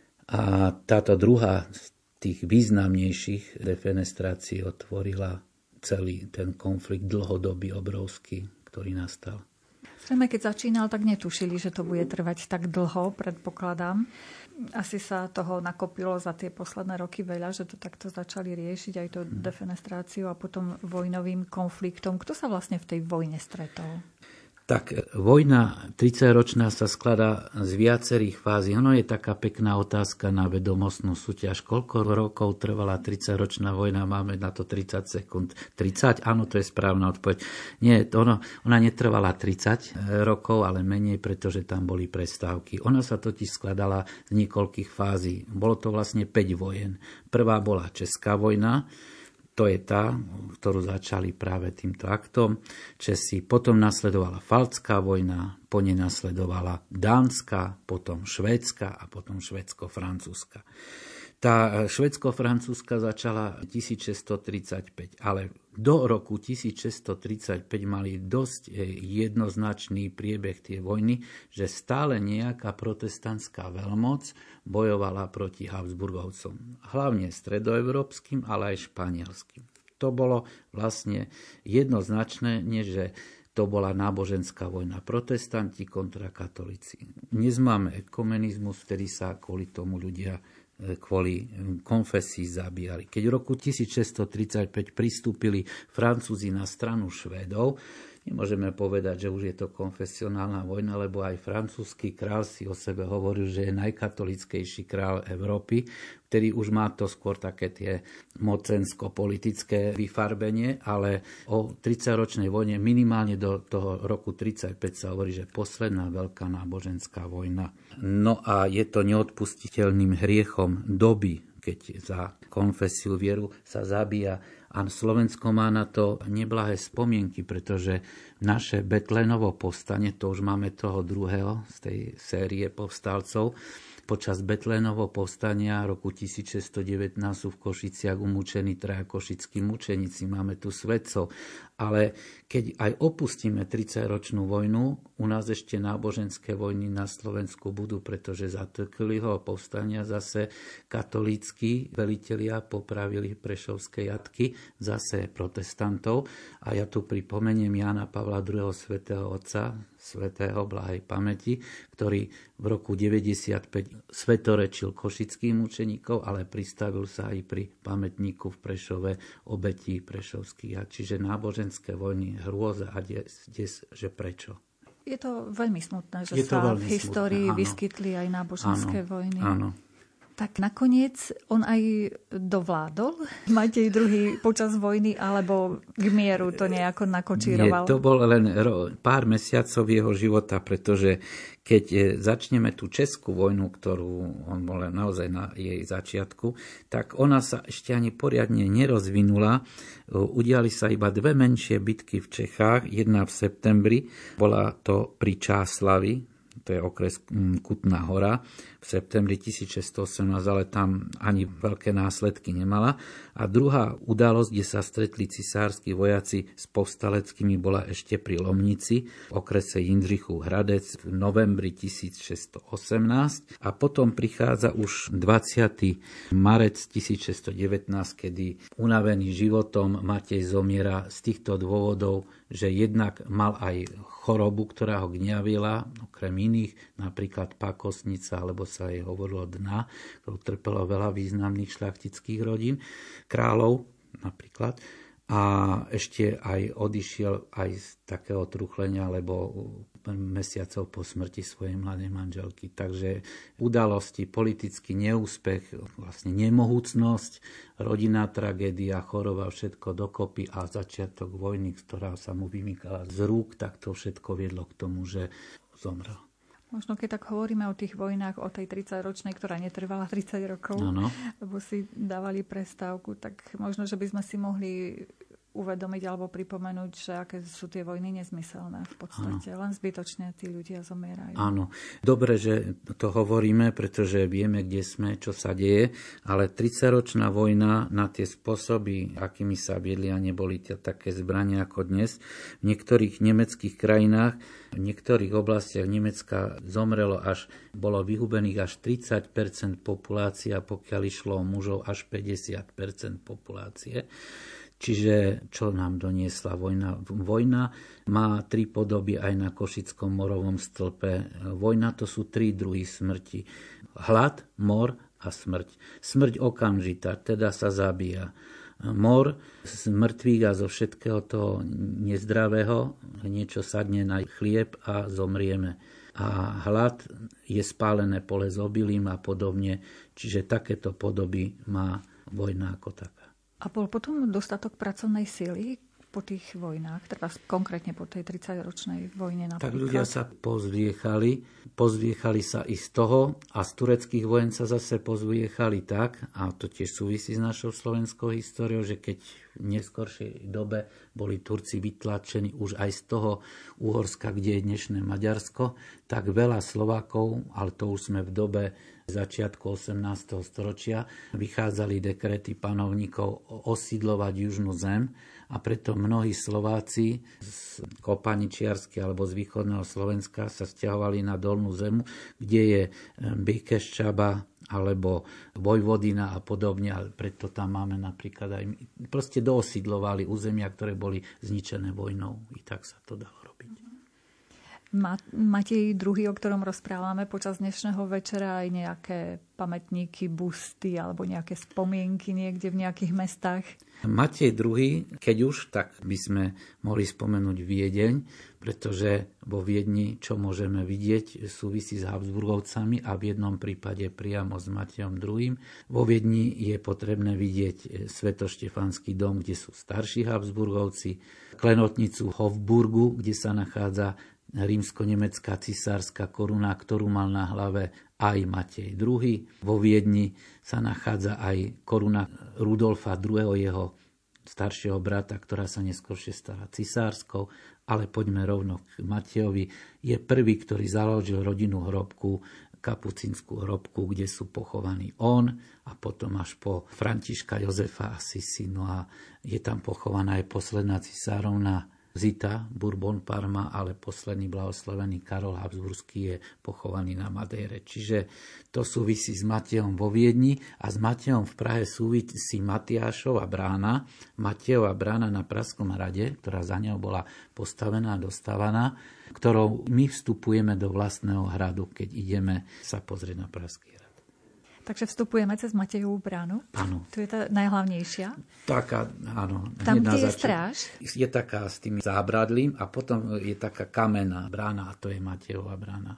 A táto druhá z tých významnejších defenestrácií otvorila celý ten konflikt dlhodobý, obrovský, ktorý nastal. Zrejme, keď začínal, tak netušili, že to bude trvať tak dlho, predpokladám. Asi sa toho nakopilo za tie posledné roky veľa, že to takto začali riešiť, aj to defenestráciu a potom vojnovým konfliktom. Kto sa vlastne v tej vojne stretol? Tak vojna tridsaťročná sa skladá z viacerých fází. Ono je taká pekná otázka na vedomostnú súťaž. Koľko rokov trvala tridsaťročná vojna? Máme na to tridsať sekúnd. tridsať? Áno, to je správna odpoveď. Nie, ono, ona netrvala tridsať rokov, ale menej, pretože tam boli prestávky. Ona sa totiž skladala z niekoľkých fází. Bolo to vlastne päť vojen. Prvá bola Česká vojna. To je tá, ktorú začali práve týmto aktom Česi. Potom nasledovala Falcká vojna, po nej nasledovala Dánska, potom Švédska a potom Švédsko-Francúzska. Tá švédsko-francúzska začala tisícšesťstotridsaťpäť, ale do roku tisícšesťstotridsaťpäť mali dosť jednoznačný priebeh tie vojny, že stále nejaká protestantská veľmoc bojovala proti Habsburgovcom. Hlavne stredoeurópskym, ale aj španielským. To bolo vlastne jednoznačné, nie že to bola náboženská vojna. Protestanti kontra katolíci. Dnes máme ekumenizmus, vtedy sa kvôli tomu ľudia kvôli konfesii zabíjali. Keď v roku tisícšesťstotridsaťpäť pristúpili Francúzi na stranu Švédov, nemôžeme povedať, že už je to konfesionálna vojna, lebo aj francúzsky král si o sebe hovoril, že je najkatolickejší král Európy, ktorý už má to skôr také tie mocensko-politické vyfarbenie, ale o tridsaťročnej vojne minimálne do toho roku tridsaťpäť sa hovorí, že posledná veľká náboženská vojna. No a je to neodpustiteľným hriechom doby, keď za konfesiu vieru sa zabíja. A Slovensko má na to neblahé spomienky, pretože naše Betlenovo povstanie, to už máme toho druhého z tej série povstalcov, počas Betlenovo povstania roku tisícšesťstodevätnásť sú v Košiciach umúčení traja košickí mučeníci, máme tu svedcov. Ale keď aj opustíme tridsaťročnú vojnu, u nás ešte náboženské vojny na Slovensku budú, pretože zatkli ho povstania zase katolícki velitelia, popravili prešovské jatky, zase protestantov. A ja tu pripomeniem Jána Pavla druhého. svätého Otca, svätého blahej pamäti, ktorý v roku deväťdesiatpäť svetorečil košických mučeníkov, ale pristavil sa aj pri pamätníku v Prešove obetí prešovských. Čiže náboženské vojny, hrôza a des, des, že prečo? Je to veľmi smutné, že Je sa v smutné, histórii áno. vyskytli aj náboženské áno, vojny. Áno. Tak nakoniec on aj dovládol Matej druhý počas vojny, alebo k mieru to nejako nakočíroval? Nie, to bol len pár mesiacov jeho života, pretože keď začneme tú českú vojnu, ktorú on bol naozaj na jej začiatku, tak ona sa ešte ani poriadne nerozvinula. Udiali sa iba dve menšie bitky v Čechách, jedna v septembri, bola to pri Čáslavi, to je okres Kutná Hora, v septembri tisícšesťstoosemnásť, ale tam ani veľké následky nemala. A druhá udalosť, kde sa stretli cisársky vojaci s povstaleckými, bola ešte pri Lomnici, v okrese Jindřichův Hradec v novembri tisícšesťstoosemnásť. A potom prichádza už dvadsiateho marca tisícšesťstodevätnásť, kedy unavený životom Matej zomiera z týchto dôvodov, že jednak mal aj chorobu, ktorá ho gňavila, okrem iných, napríklad pakosnica, alebo sa jej hovorilo dna, ktorú trpelo veľa významných šľachtických rodín, kráľov napríklad. A ešte aj odišiel aj z takého truchlenia, lebo mesiacov po smrti svojej mladej manželky. Takže udalosti, politický neúspech, vlastne nemohúcnosť, rodinná tragédia, choroba, všetko dokopy a začiatok vojny, ktorá sa mu vymykala z rúk, tak to všetko viedlo k tomu, že zomrel. Možno keď tak hovoríme o tých vojnách, o tej tridsaťročnej, ktorá netrvala tridsať rokov, ano. Lebo si dávali prestávku, tak možno, že by sme si mohli uvedomiť alebo pripomenúť, že aké sú tie vojny nezmyselné v podstate. Áno. Len zbytočne tí ľudia zomierajú. Áno. Dobre, že to hovoríme, pretože vieme, kde sme, čo sa deje, ale tridsaťročná vojna na tie spôsoby, akými sa viedli, a neboli tie také zbrania ako dnes, v niektorých nemeckých krajinách, v niektorých oblastiach Nemecka zomrelo až, bolo vyhubených až tridsať percent populácie, a pokiaľ išlo o mužov až päťdesiat percent populácie. Čiže čo nám doniesla vojna? Vojna má tri podoby aj na Košickom morovom stĺpe. Vojna to sú tri druhy smrti. Hlad, mor a smrť. Smrť okamžitá, teda sa zabíja. Mor z mŕtvych a zo všetkého toho nezdravého, niečo sadne na chlieb a zomrieme. A hlad je spálené pole s obilím a podobne. Čiže takéto podoby má vojna ako taká. A bol potom dostatok pracovnej síly po tých vojnách, teda konkrétne po tej tridsaťročnej vojne napríklad? Tak ľudia sa pozviechali, pozviechali sa i z toho a z tureckých vojen sa zase pozviechali tak, a to tiež súvisí s našou slovenskou históriou, že keď v neskoršej dobe boli Turci vytlačení už aj z toho Uhorska, kde je dnešné Maďarsko, tak veľa Slovákov, ale to už sme v dobe začiatku osemnásteho storočia, vychádzali dekrety panovníkov osídlovať južnú zem, a preto mnohí Slováci z Kopaničiarsky alebo z východného Slovenska sa sťahovali na dolnú zemu, kde je Bykeščaba alebo Vojvodina a podobne, ale preto tam máme napríklad aj, proste doosídlovali územia, ktoré boli zničené vojnou. I tak sa to dalo robiť. Matej druhý, o ktorom rozprávame počas dnešného večera, aj nejaké pamätníky, busty alebo nejaké spomienky niekde v nejakých mestách? Matej druhý, keď už, tak by sme mohli spomenúť Viedeň, pretože vo Viedni, čo môžeme vidieť, súvisí s Habsburgovcami a v jednom prípade priamo s Matejom druhým. Vo Viedni je potrebné vidieť Svetoštefanský dom, kde sú starší Habsburgovci, klenotnicu Hofburgu, kde sa nachádza rímsko-nemecká cisárska koruna, ktorú mal na hlave aj Matej druhý. Vo Viedni sa nachádza aj koruna Rudolfa druhého, jeho staršieho brata, ktorá sa neskôršie stala cisárskou. Ale poďme rovno k Matejovi. Je prvý, ktorý založil rodinnú hrobku, kapucínsku hrobku, kde sú pochovaní on a potom až po Františka Jozefa Assisi. No a je tam pochovaná aj posledná cisárovna Zita Bourbon Parma, ale posledný blahoslavený Karol Habsburský je pochovaný na Madére. Čiže to súvisí s Matejom vo Viedni a s Matejom v Prahe súvisí Matiášova brána, Matejova brána na Pražskom hrade, ktorá za neho bola postavená a dostávaná, ktorou my vstupujeme do vlastného hradu, keď ideme sa pozrieť na Pražský hrad. Takže vstupujeme cez Matejovú bránu? Áno. Tu je tá najhlavnejšia? Taká, áno. Tam, kde je stráž? Je taká s tým zábradlím a potom je taká kamenná brána a to je Matejová brána. A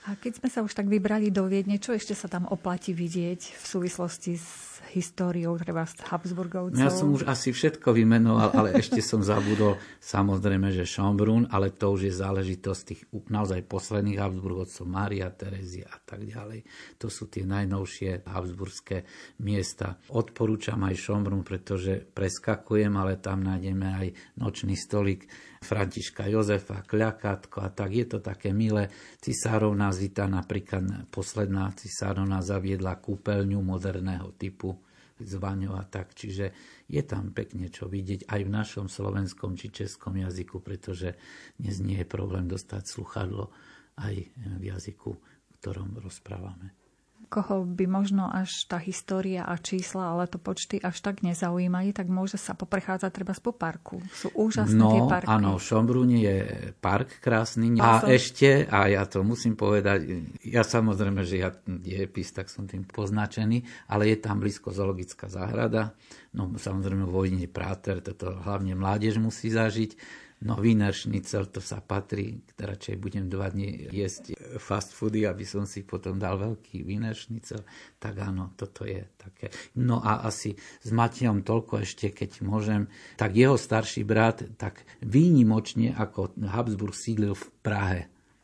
A keď sme sa už tak vybrali do Viedne, čo ešte sa tam oplatí vidieť v súvislosti s históriou, treba s Habsburgovcov? Ja som už asi všetko vymenoval, ale ešte som zabudol samozrejme, že Schönbrunn, ale to už je záležitosť tých naozaj posledných Habsburgovcov, Mária, Terezia a tak ďalej. To sú tie najnovšie habsburské miesta. Odporúčam aj Schönbrunn, pretože preskakujem, ale tam nájdeme aj nočný stolík Františka Jozefa, Kľakátko a tak. Je to také milé. Cisárovná Zita, napríklad posledná cisárovná zaviedla kúpeľňu moderného typu s vaňou a tak. Čiže je tam pekne čo vidieť aj v našom slovenskom či českom jazyku, pretože dnes nie je problém dostať sluchadlo aj v jazyku, v ktorom rozprávame. Koho by možno až tá história a čísla, ale to počty až tak nezaujímali, tak môže sa poprechádzať treba po parku. Sú úžasné no, tie parky. Áno, v Schönbrunne je park krásny. A som... ešte, a ja to musím povedať, ja samozrejme, že ja diepis, tak som tým poznačený, ale je tam blízko zoologická záhrada. No samozrejme Vojne Práter, toto hlavne mládež musí zažiť. No Wiener Schnitzel, to sa patrí, radšej budem dva dni jesť fast foody, aby som si potom dal veľký Wiener Schnitzel, tak áno, toto je také. No a asi s Matejom toľko ešte, keď môžem, tak jeho starší brat, tak výnimočne ako Habsburg sídlil v Prahe.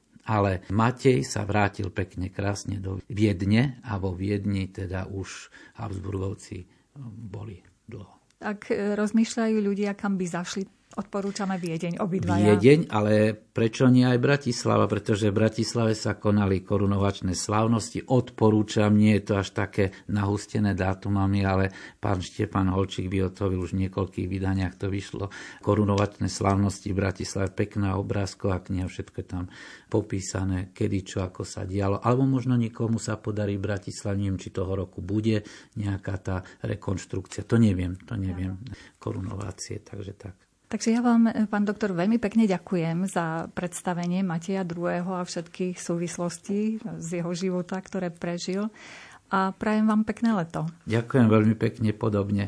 Ale Matej sa vrátil pekne, krásne do Viedne a vo Viedni teda už Habsburgovci boli dlho. Ak rozmýšľajú ľudia, kam by zašli, odporúčame Viedeň obidvaja. Viedeň, ale prečo nie aj Bratislava? Pretože v Bratislave sa konali korunovačné slávnosti. Odporúčam, nie je to až také nahustené dátumami, ale pán Štefan Holčík vyhotovil už v niekoľkých vydaniach, to vyšlo. Korunovačné slávnosti v Bratislave, pekná obrázková kniha, všetko je tam popísané, kedy čo, ako sa dialo. Alebo možno niekomu sa podarí v Bratislave, neviem, či toho roku bude nejaká tá rekonštrukcia. To neviem, to neviem. Korunovácie, takže tak. Takže ja vám, pán doktor, veľmi pekne ďakujem za predstavenie Mateja druhého. a všetkých súvislostí z jeho života, ktoré prežil. A prajem vám pekné leto. Ďakujem veľmi pekne, podobne.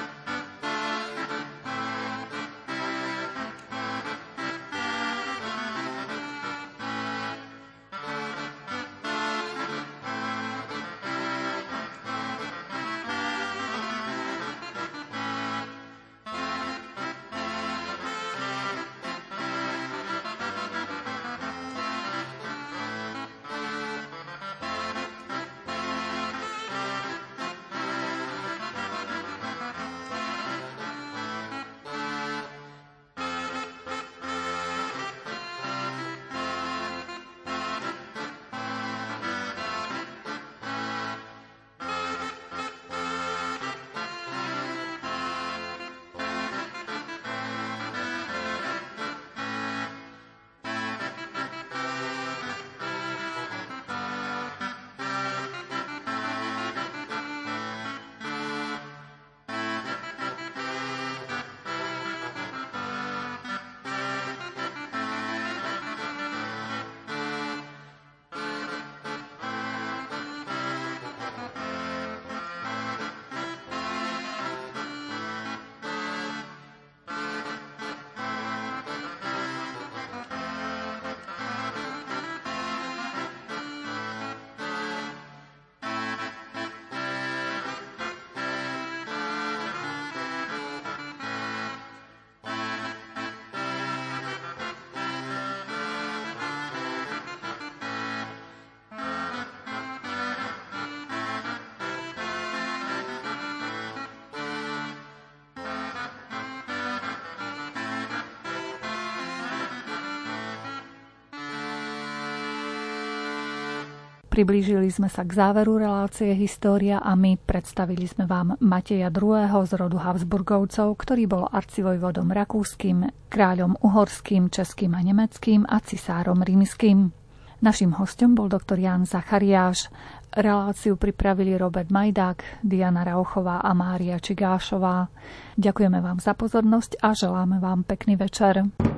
Priblížili sme sa k záveru relácie História a my predstavili sme vám Mateja druhého. z rodu Habsburgovcov, ktorý bol arcivojvodom rakúskym, kráľom uhorským, českým a nemeckým a cisárom rímskym. Naším hostom bol doktor Ján Zachariáš. Reláciu pripravili Robert Majdák, Diana Rauchová a Mária Čigášová. Ďakujeme vám za pozornosť a želáme vám pekný večer.